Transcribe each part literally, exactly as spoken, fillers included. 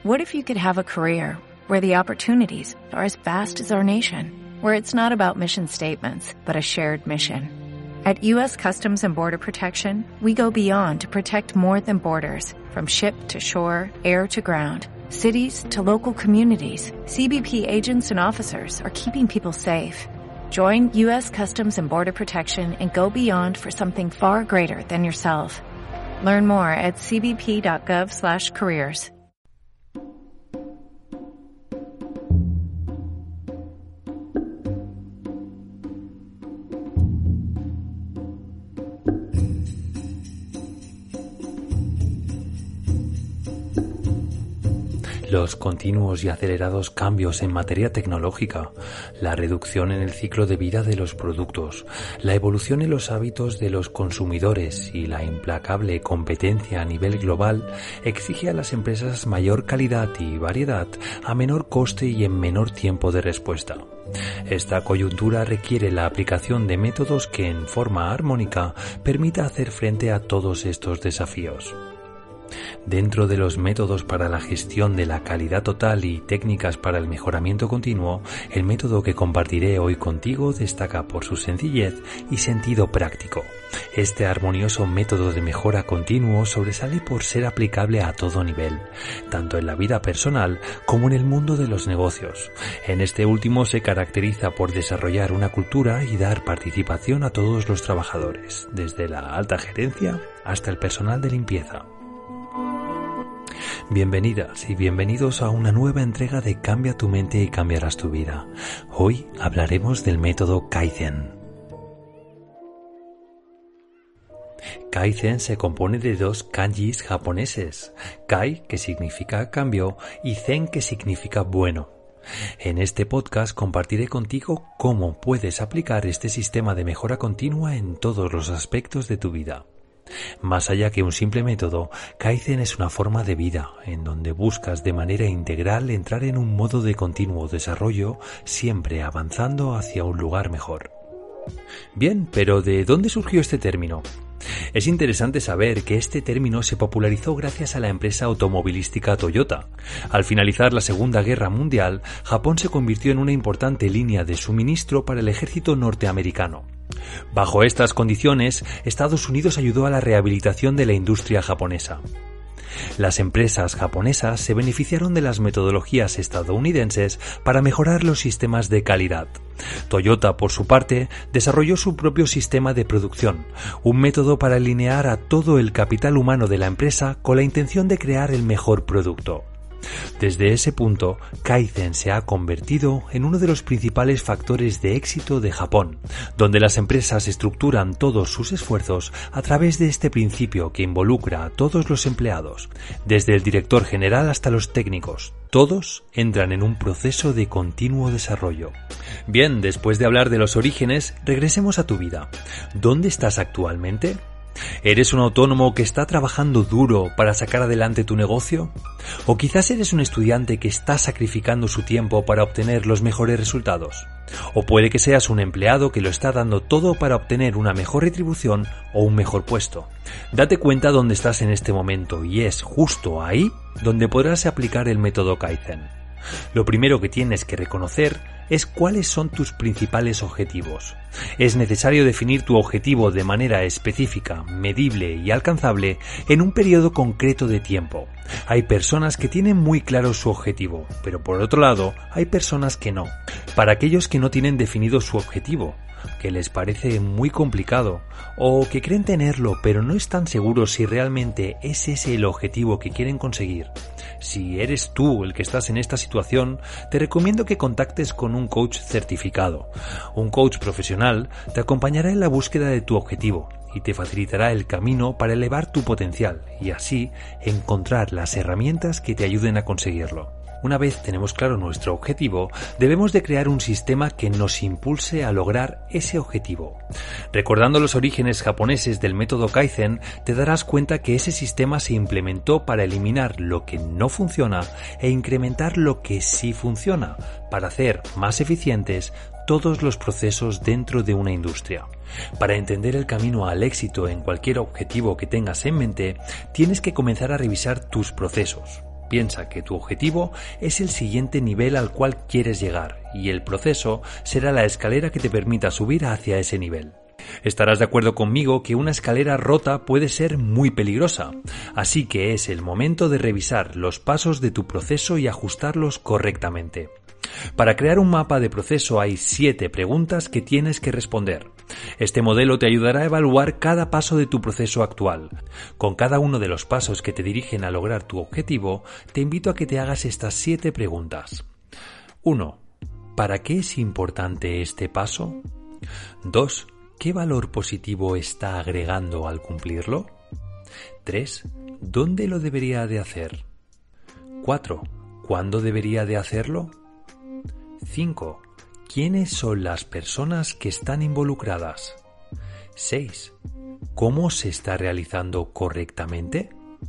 What if you could have a career where the opportunities are as vast as our nation, where it's not about mission statements, but a shared mission? At U S Customs and Border Protection, we go beyond to protect more than borders, from ship to shore, air to ground, cities to local communities. C B P agents and officers are keeping people safe. Join U S Customs and Border Protection and go beyond for something far greater than yourself. Learn more at c b p dot gov slash careers. Los continuos y acelerados cambios en materia tecnológica, la reducción en el ciclo de vida de los productos, la evolución en los hábitos de los consumidores y la implacable competencia a nivel global exige a las empresas mayor calidad y variedad a menor coste y en menor tiempo de respuesta. Esta coyuntura requiere la aplicación de métodos que en forma armónica permita hacer frente a todos estos desafíos. Dentro de los métodos para la gestión de la calidad total y técnicas para el mejoramiento continuo, el método que compartiré hoy contigo destaca por su sencillez y sentido práctico. Este armonioso método de mejora continuo sobresale por ser aplicable a todo nivel, tanto en la vida personal como en el mundo de los negocios. En este último se caracteriza por desarrollar una cultura y dar participación a todos los trabajadores, desde la alta gerencia hasta el personal de limpieza. Bienvenidas y bienvenidos a una nueva entrega de Cambia tu mente y cambiarás tu vida. Hoy hablaremos del método Kaizen. Kaizen se compone de dos kanjis japoneses, Kai, que significa cambio, y Zen, que significa bueno. En este podcast compartiré contigo cómo puedes aplicar este sistema de mejora continua en todos los aspectos de tu vida. Más allá que un simple método, Kaizen es una forma de vida en donde buscas de manera integral entrar en un modo de continuo desarrollo, siempre avanzando hacia un lugar mejor. Bien, pero ¿de dónde surgió este término? Es interesante saber que este término se popularizó gracias a la empresa automovilística Toyota. Al finalizar la Segunda Guerra Mundial, Japón se convirtió en una importante línea de suministro para el ejército norteamericano. Bajo estas condiciones, Estados Unidos ayudó a la rehabilitación de la industria japonesa. Las empresas japonesas se beneficiaron de las metodologías estadounidenses para mejorar los sistemas de calidad. Toyota, por su parte, desarrolló su propio sistema de producción, un método para alinear a todo el capital humano de la empresa con la intención de crear el mejor producto. Desde ese punto, Kaizen se ha convertido en uno de los principales factores de éxito de Japón, donde las empresas estructuran todos sus esfuerzos a través de este principio que involucra a todos los empleados, desde el director general hasta los técnicos. Todos entran en un proceso de continuo desarrollo. Bien, después de hablar de los orígenes, regresemos a tu vida. ¿Dónde estás actualmente? ¿Eres un autónomo que está trabajando duro para sacar adelante tu negocio? ¿O quizás eres un estudiante que está sacrificando su tiempo para obtener los mejores resultados? ¿O puede que seas un empleado que lo está dando todo para obtener una mejor retribución o un mejor puesto? Date cuenta dónde estás en este momento y es justo ahí donde podrás aplicar el método Kaizen. Lo primero que tienes que reconocer es cuáles son tus principales objetivos. Es necesario definir tu objetivo de manera específica, medible y alcanzable en un periodo concreto de tiempo. Hay personas que tienen muy claro su objetivo, pero por otro lado, hay personas que no. Para aquellos que no tienen definido su objetivo, que les parece muy complicado o que creen tenerlo pero no están seguros si realmente es ese el objetivo que quieren conseguir. Si eres tú el que estás en esta situación, te recomiendo que contactes con un coach certificado. Un coach profesional te acompañará en la búsqueda de tu objetivo y te facilitará el camino para elevar tu potencial y así encontrar las herramientas que te ayuden a conseguirlo. Una vez tenemos claro nuestro objetivo, debemos de crear un sistema que nos impulse a lograr ese objetivo. Recordando los orígenes japoneses del método Kaizen, te darás cuenta que ese sistema se implementó para eliminar lo que no funciona e incrementar lo que sí funciona, para hacer más eficientes todos los procesos dentro de una industria. Para entender el camino al éxito en cualquier objetivo que tengas en mente, tienes que comenzar a revisar tus procesos. Piensa que tu objetivo es el siguiente nivel al cual quieres llegar y el proceso será la escalera que te permita subir hacia ese nivel. Estarás de acuerdo conmigo que una escalera rota puede ser muy peligrosa, así que es el momento de revisar los pasos de tu proceso y ajustarlos correctamente. Para crear un mapa de proceso hay siete preguntas que tienes que responder. Este modelo te ayudará a evaluar cada paso de tu proceso actual. Con cada uno de los pasos que te dirigen a lograr tu objetivo, te invito a que te hagas estas siete preguntas. uno. ¿Para qué es importante este paso? dos. ¿Qué valor positivo está agregando al cumplirlo? tres. ¿Dónde lo debería de hacer? cuatro. ¿Cuándo debería de hacerlo? cinco. ¿Quiénes son las personas que están involucradas? seis. ¿Cómo se está realizando correctamente?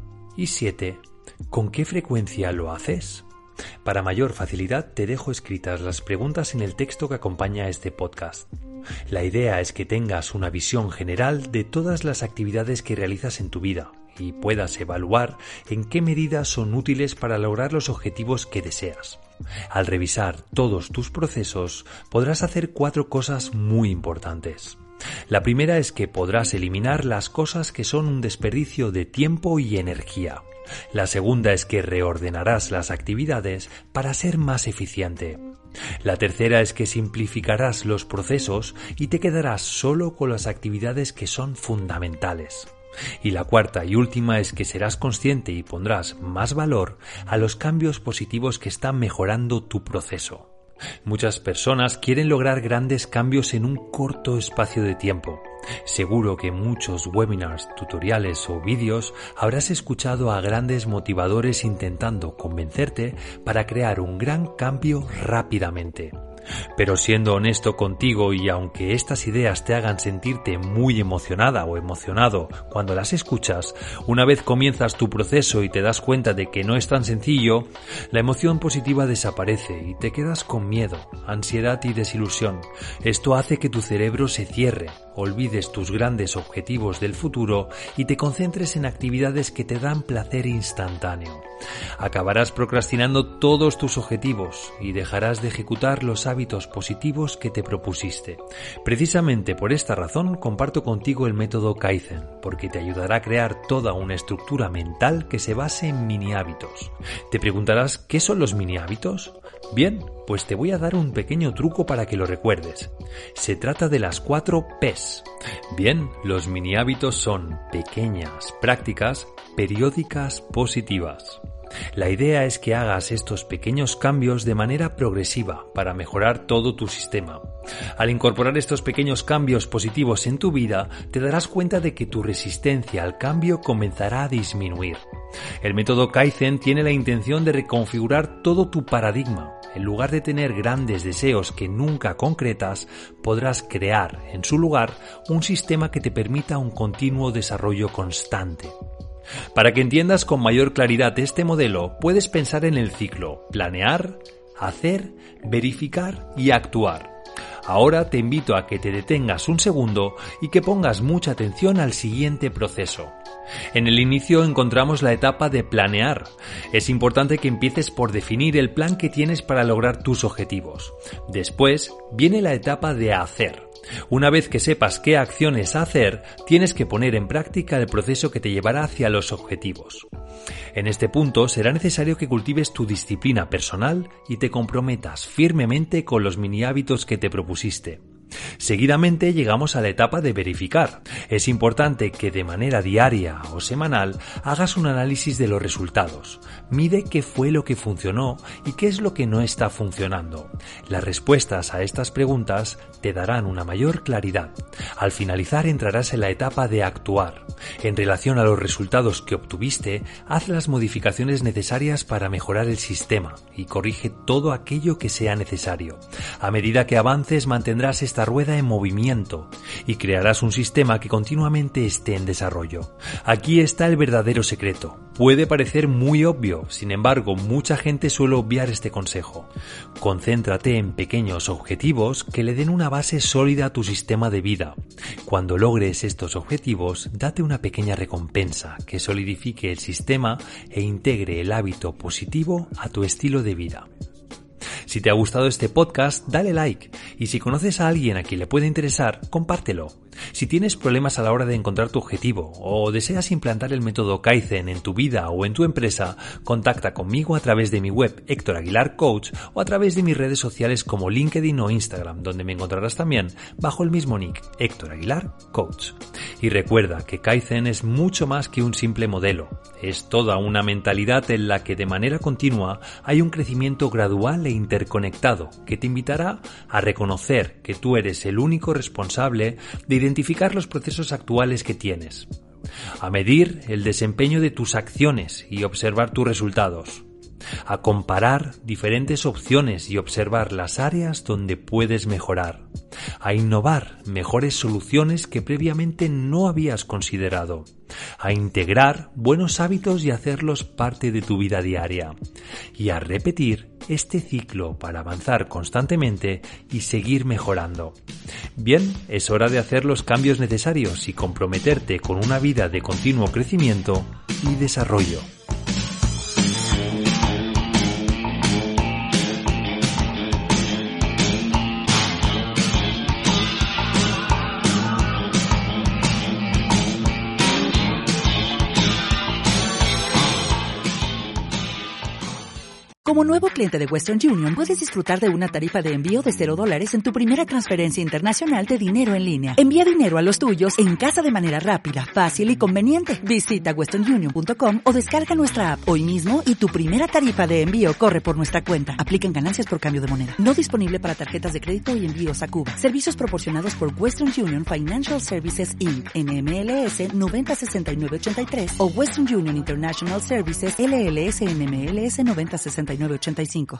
Y siete. ¿Con qué frecuencia lo haces? Para mayor facilidad te dejo escritas las preguntas en el texto que acompaña a este podcast. La idea es que tengas una visión general de todas las actividades que realizas en tu vida y puedas evaluar en qué medida son útiles para lograr los objetivos que deseas. Al revisar todos tus procesos, podrás hacer cuatro cosas muy importantes. La primera es que podrás eliminar las cosas que son un desperdicio de tiempo y energía. La segunda es que reordenarás las actividades para ser más eficiente. La tercera es que simplificarás los procesos y te quedarás solo con las actividades que son fundamentales. Y la cuarta y última es que serás consciente y pondrás más valor a los cambios positivos que están mejorando tu proceso. Muchas personas quieren lograr grandes cambios en un corto espacio de tiempo. Seguro que en muchos webinars, tutoriales o vídeos habrás escuchado a grandes motivadores intentando convencerte para crear un gran cambio rápidamente. Pero siendo honesto contigo y aunque estas ideas te hagan sentirte muy emocionada o emocionado cuando las escuchas, una vez comienzas tu proceso y te das cuenta de que no es tan sencillo, la emoción positiva desaparece y te quedas con miedo, ansiedad y desilusión. Esto hace que tu cerebro se cierre, olvides tus grandes objetivos del futuro y te concentres en actividades que te dan placer instantáneo. Acabarás procrastinando todos tus objetivos y dejarás de ejecutar los hábitos positivos que te propusiste. Precisamente por esta razón comparto contigo el método Kaizen, porque te ayudará a crear toda una estructura mental que se base en mini hábitos. Te preguntarás, ¿qué son los mini hábitos? Bien, pues te voy a dar un pequeño truco para que lo recuerdes. Se trata de las cuatro P's. Bien, los mini hábitos son pequeñas prácticas periódicas positivas. La idea es que hagas estos pequeños cambios de manera progresiva para mejorar todo tu sistema. Al incorporar estos pequeños cambios positivos en tu vida, te darás cuenta de que tu resistencia al cambio comenzará a disminuir. El método Kaizen tiene la intención de reconfigurar todo tu paradigma. En lugar de tener grandes deseos que nunca concretas, podrás crear, en su lugar, un sistema que te permita un continuo desarrollo constante. Para que entiendas con mayor claridad este modelo, puedes pensar en el ciclo: planear, hacer, verificar y actuar. Ahora te invito a que te detengas un segundo y que pongas mucha atención al siguiente proceso. En el inicio encontramos la etapa de planear. Es importante que empieces por definir el plan que tienes para lograr tus objetivos. Después viene la etapa de hacer. Una vez que sepas qué acciones hacer, tienes que poner en práctica el proceso que te llevará hacia los objetivos. En este punto será necesario que cultives tu disciplina personal y te comprometas firmemente con los mini hábitos que te propusiste. Seguidamente llegamos a la etapa de verificar. Es importante que de manera diaria o semanal hagas un análisis de los resultados. Mide qué fue lo que funcionó y qué es lo que no está funcionando. Las respuestas a estas preguntas te darán una mayor claridad. Al finalizar entrarás en la etapa de actuar. En relación a los resultados que obtuviste, haz las modificaciones necesarias para mejorar el sistema y corrige todo aquello que sea necesario. A medida que avances mantendrás esta rueda en movimiento y crearás un sistema que continuamente esté en desarrollo. Aquí está el verdadero secreto. Puede parecer muy obvio, sin embargo, mucha gente suele obviar este consejo. Concéntrate en pequeños objetivos que le den una base sólida a tu sistema de vida. Cuando logres estos objetivos, date una pequeña recompensa que solidifique el sistema e integre el hábito positivo a tu estilo de vida. Si te ha gustado este podcast, dale like y si conoces a alguien a quien le puede interesar, compártelo. Si tienes problemas a la hora de encontrar tu objetivo o deseas implantar el método Kaizen en tu vida o en tu empresa, contacta conmigo a través de mi web Héctor Aguilar Coach o a través de mis redes sociales como LinkedIn o Instagram, donde me encontrarás también bajo el mismo nick, Héctor Aguilar Coach. Y recuerda que Kaizen es mucho más que un simple modelo. Es toda una mentalidad en la que de manera continua hay un crecimiento gradual e interconectado que te invitará a reconocer que tú eres el único responsable de identificar los procesos actuales que tienes, a medir el desempeño de tus acciones y observar tus resultados, a comparar diferentes opciones y observar las áreas donde puedes mejorar, a innovar mejores soluciones que previamente no habías considerado, a integrar buenos hábitos y hacerlos parte de tu vida diaria, y a repetir este ciclo para avanzar constantemente y seguir mejorando. Bien, es hora de hacer los cambios necesarios y comprometerte con una vida de continuo crecimiento y desarrollo. Como nuevo cliente de Western Union, puedes disfrutar de una tarifa de envío de cero dólares en tu primera transferencia internacional de dinero en línea. Envía dinero a los tuyos en casa de manera rápida, fácil y conveniente. Visita western union punto com o descarga nuestra app hoy mismo y tu primera tarifa de envío corre por nuestra cuenta. Aplican ganancias por cambio de moneda. No disponible para tarjetas de crédito y envíos a Cuba. Servicios proporcionados por Western Union Financial Services incorporated. N M L S noventa sesenta y nueve ochenta y tres o Western Union International Services L L S N M L S noventa sesenta y nueve ochenta y cinco.